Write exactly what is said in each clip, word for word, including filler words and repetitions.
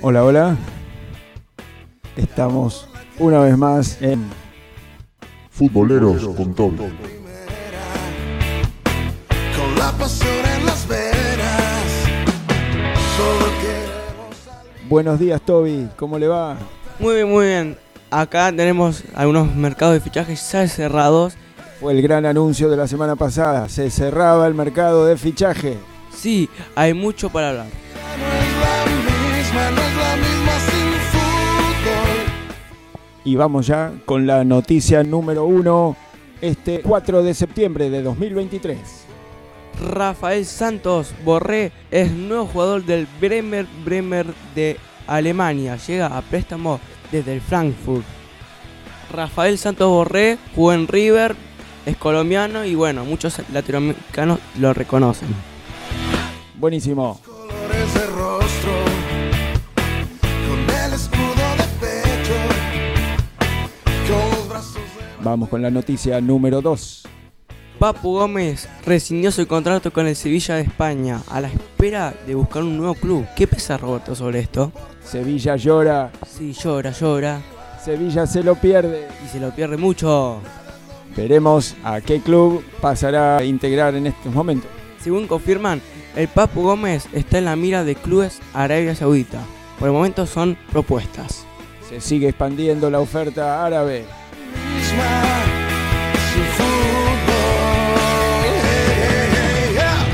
Hola, hola. Estamos una vez más en Futboleros con Toby. Con la pasión en las venas. Solo queremos. Buenos días, Toby. ¿Cómo le va? Muy bien, muy bien. Acá tenemos algunos mercados de fichajes ya cerrados. Fue el gran anuncio de la semana pasada. Se cerraba el mercado de fichaje. Sí, hay mucho para hablar. No es la misma, no es la misma sin fútbol. Y vamos ya con la noticia número uno. Este cuatro de septiembre de dos mil veintitrés. Rafael Santos Borré es nuevo jugador del Bremer Bremer de Alemania. Llega a préstamo desde el Frankfurt. Rafael Santos Borré jugó en River, es colombiano y bueno, muchos latinoamericanos lo reconocen. Buenísimo. Colores de rostro. Con el escudo de pecho. Con los brazos de... Vamos con la noticia número dos. Papu Gómez rescindió su contrato con el Sevilla de España a la espera de buscar un nuevo club. ¿Qué piensa Roberto sobre esto? Sevilla llora. Sí, llora, llora Sevilla se lo pierde. y se lo pierde mucho. Veremos a qué club pasará a integrar en estos momentos. Según confirman, el Papu Gómez está en la mira de clubes Arabia Saudita. Por el momento son propuestas. Se sigue expandiendo la oferta árabe. misma sin fútbol. Hey, hey, hey, yeah.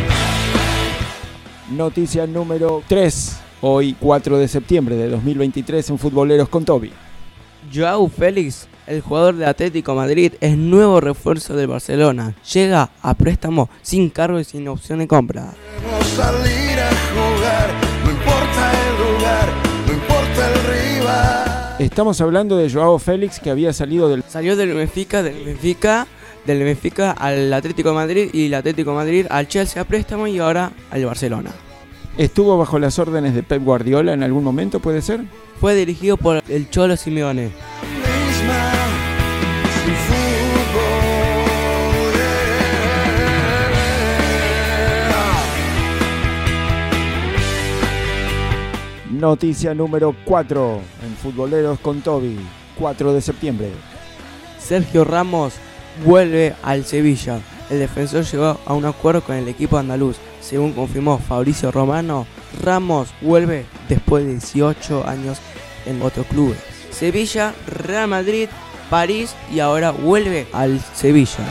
Noticia número tres. Hoy, cuatro de septiembre de dos mil veintitrés, en Futboleros con Toby. Joao Félix, el jugador de Atlético Madrid, es nuevo refuerzo del Barcelona. Llega a préstamo sin cargo y sin opción de compra. Queremos salir a jugar. No importa el lugar, no importa el rival. Estamos hablando de Joao Félix, que había salido del... Salió del Benfica, del Benfica, del Benfica al Atlético de Madrid y el Atlético de Madrid al Chelsea a préstamo y ahora al Barcelona. ¿Estuvo bajo las órdenes de Pep Guardiola en algún momento, puede ser? Fue dirigido por el Cholo Simeone. Misma sin fútbol. Yeah. Noticia número cuatro en Futboleros con Toby, cuatro de septiembre. Sergio Ramos vuelve al Sevilla. El defensor llegó a un acuerdo con el equipo andaluz. Según confirmó Fabrizio Romano, Ramos vuelve después de dieciocho años en otros clubes. Sevilla, Real Madrid, París y ahora vuelve al Sevilla.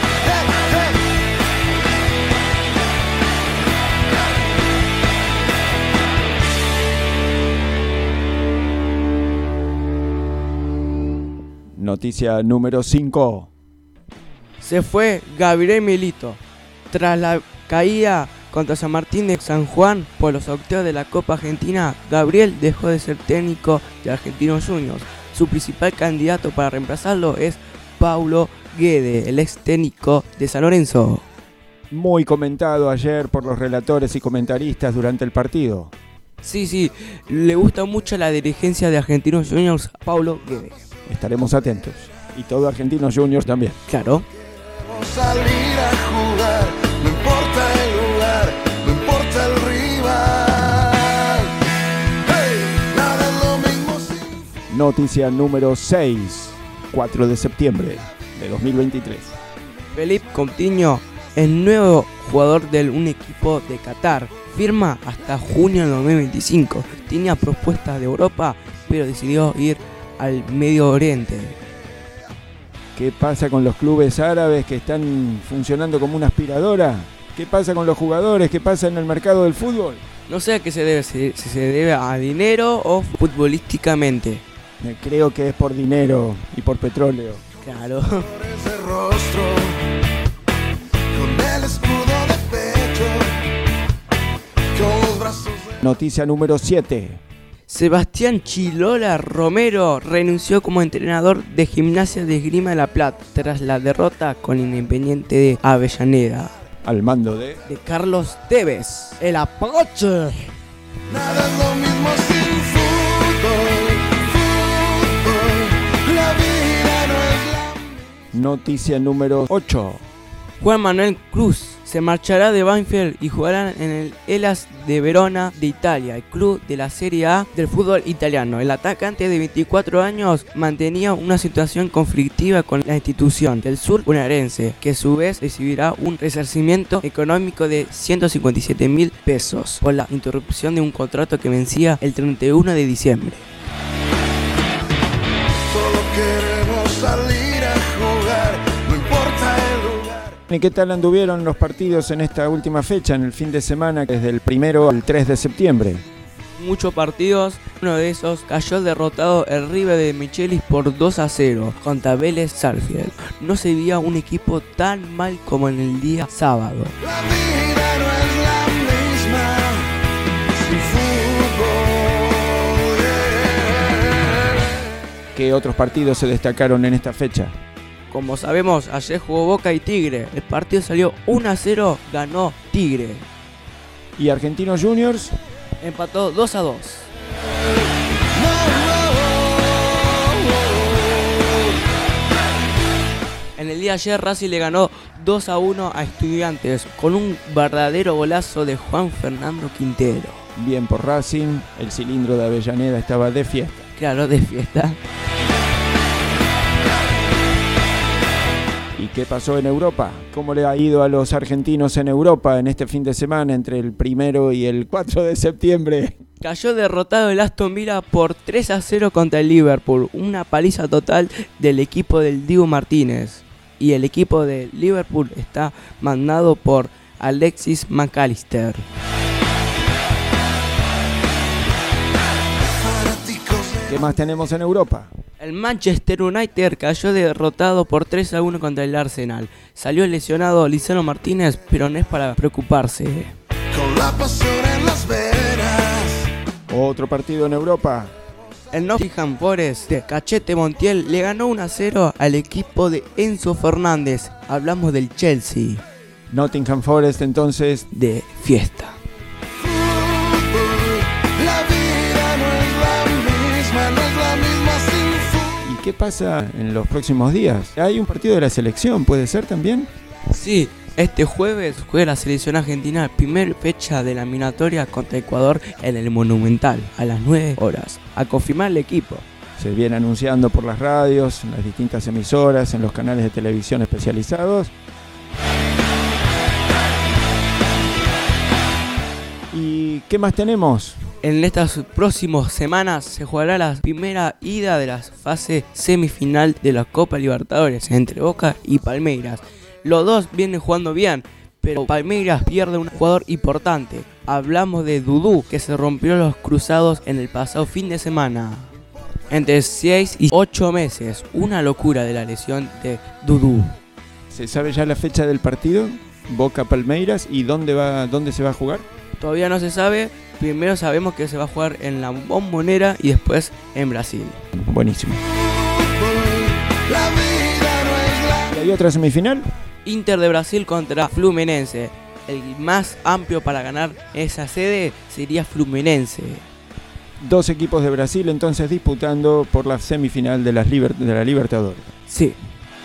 Noticia número cinco. Se fue Gabriel Milito. Tras la caída contra San Martín de San Juan por los octavos de la Copa Argentina, Gabriel dejó de ser técnico de Argentinos Juniors. Su principal candidato para reemplazarlo es Paulo Guede, el ex técnico de San Lorenzo. Muy comentado ayer por los relatores y comentaristas durante el partido. Sí, sí, le gusta mucho la dirigencia de Argentinos Juniors a Paulo Guede. Estaremos atentos. Y todo Argentinos Juniors también. Claro. Queremos salir a jugar. No importa el lugar, no importa el rival. Hey, nada es lo mismo sin... Noticia número seis, cuatro de septiembre de dos mil veintitrés. Felipe Coutinho es nuevo jugador de un equipo de Qatar. Firma hasta junio de dos mil veinticinco. Tenía propuestas de Europa, pero decidió ir al Medio Oriente. ¿Qué pasa con los clubes árabes que están funcionando como una aspiradora? ¿Qué pasa con los jugadores? ¿Qué pasa en el mercado del fútbol? No sé a qué se debe, si, si se debe a dinero o futbolísticamente. Eh, Creo que es por dinero y por petróleo. Claro. Colores de rostro. Con el escudo de pecho. Con los brazos de... Noticia número siete. Sebastián Chilola Romero renunció como entrenador de Gimnasia de Esgrima de La Plata tras la derrota con Independiente de Avellaneda. Al mando de... De Carlos Tevez, el Apache. Nada es lo mismo sin fútbol. Fútbol. La vida no es la... Noticia número ocho. Juan Manuel Cruz se marchará de Banfield y jugará en el Hellas de Verona de Italia, el club de la Serie A del fútbol italiano. El atacante de veinticuatro años mantenía una situación conflictiva con la institución del sur bonaerense, que a su vez recibirá un resarcimiento económico de ciento cincuenta y siete mil pesos por la interrupción de un contrato que vencía el treinta y uno de diciembre. Solo queremos salir a jugar, no importa el lugar. ¿Y qué tal anduvieron los partidos en esta última fecha, en el fin de semana, desde el primero al tres de septiembre? Muchos partidos, uno de esos cayó derrotado el River de Michelis por dos a cero contra Vélez Sarsfield. No se veía un equipo tan mal como en el día sábado. La vida no es la misma sin fútbol. Yeah. ¿Qué otros partidos se destacaron en esta fecha? Como sabemos, ayer jugó Boca y Tigre. El partido salió uno a cero, ganó Tigre. ¿Y Argentinos Juniors? Empató dos a dos. En el día de ayer Racing le ganó dos a uno a Estudiantes con un verdadero golazo de Juan Fernando Quintero. Bien por Racing, el cilindro de Avellaneda estaba de fiesta. Claro, de fiesta. ¿Y qué pasó en Europa? ¿Cómo le ha ido a los argentinos en Europa en este fin de semana entre el primero y el cuatro de septiembre? Cayó derrotado el Aston Villa por tres a cero contra el Liverpool. Una paliza total del equipo del Dibu Martínez. Y el equipo de Liverpool está mandado por Alexis McAllister. ¿Qué más tenemos en Europa? El Manchester United cayó derrotado por tres a uno contra el Arsenal. Salió lesionado Lisandro Martínez, pero no es para preocuparse. Con la pasión en las venas. Otro partido en Europa. El Nottingham Forest de Cachete Montiel le ganó uno a cero al equipo de Enzo Fernández. Hablamos del Chelsea. Nottingham Forest entonces de fiesta. La vida no es la misma, no es la misma sin fútbol. ¿Y qué pasa en los próximos días? ¿Hay un partido de la selección? ¿Puede ser también? Sí, este jueves juega la selección argentina, primera fecha de la eliminatoria contra Ecuador en el Monumental, a las nueve horas. A confirmar el equipo. Se viene anunciando por las radios, en las distintas emisoras, en los canales de televisión especializados. ¿Y qué más tenemos? En estas próximas semanas se jugará la primera ida de la fase semifinal de la Copa Libertadores entre Boca y Palmeiras. Los dos vienen jugando bien, pero Palmeiras pierde un jugador importante. Hablamos de Dudú, que se rompió los cruzados en el pasado fin de semana. Entre seis y ocho meses, una locura de la lesión de Dudú. ¿Se sabe ya la fecha del partido? Boca Palmeiras, ¿y dónde va, dónde se va a jugar? Todavía no se sabe. Primero sabemos que se va a jugar en la Bombonera y después en Brasil. Buenísimo. La vida no es la. ¿Y hay otra semifinal? Inter de Brasil contra Fluminense. El más amplio para ganar esa sede sería Fluminense. Dos equipos de Brasil entonces disputando por la semifinal de, las liber- de la Libertadores. Sí.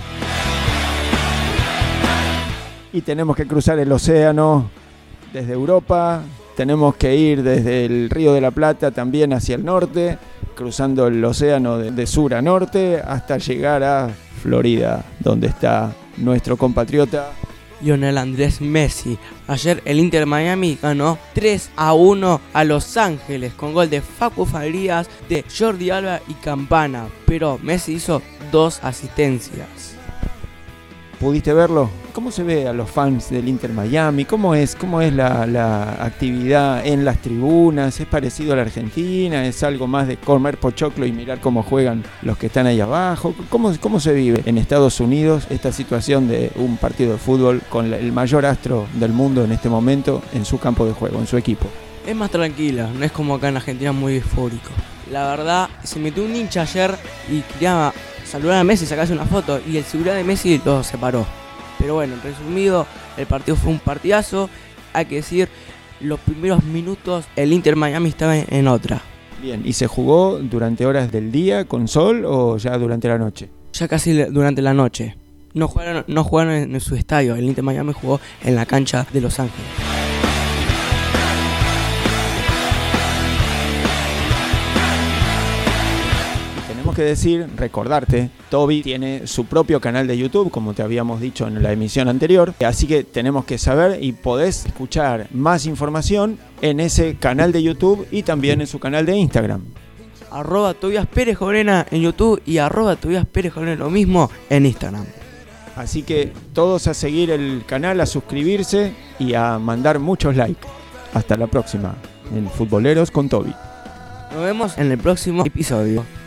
Y tenemos que cruzar el océano desde Europa. Tenemos que ir desde el Río de la Plata también hacia el norte, cruzando el océano de, de sur a norte hasta llegar a Florida, donde está nuestro compatriota Lionel Andrés Messi. Ayer el Inter Miami ganó tres a uno a Los Ángeles con gol de Facu Farías, de Jordi Alba y Campana, pero Messi hizo dos asistencias. ¿Pudiste verlo? ¿Cómo se ve a los fans del Inter Miami? ¿Cómo es, cómo es la, la actividad en las tribunas? ¿Es parecido a la Argentina? ¿Es algo más de comer pochoclo y mirar cómo juegan los que están ahí abajo? ¿Cómo, cómo se vive en Estados Unidos esta situación de un partido de fútbol con el mayor astro del mundo en este momento en su campo de juego, en su equipo? Es más tranquila, no es como acá en Argentina muy eufórico. La verdad, se metió un hincha ayer y quería saludar a Messi, sacarse una foto, y el seguridad de Messi lo separó. Pero bueno, en resumido, el partido fue un partidazo. Hay que decir, los primeros minutos el Inter Miami estaba en otra. Bien, ¿y se jugó durante horas del día con sol o ya durante la noche? Ya casi durante la noche. no jugaron, no jugaron en, en su estadio. El Inter Miami jugó en la cancha de Los Ángeles. Que decir, recordarte, Toby tiene su propio canal de YouTube, como te habíamos dicho en la emisión anterior, así que tenemos que saber y podés escuchar más información en ese canal de YouTube y también en su canal de Instagram. Arroba Tobias Pérez Jobrena en YouTube y arroba Tobias Pérez Jobrena lo mismo en Instagram. Así que todos a seguir el canal, a suscribirse y a mandar muchos likes. Hasta la próxima en Futboleros con Toby. Nos vemos en el próximo episodio.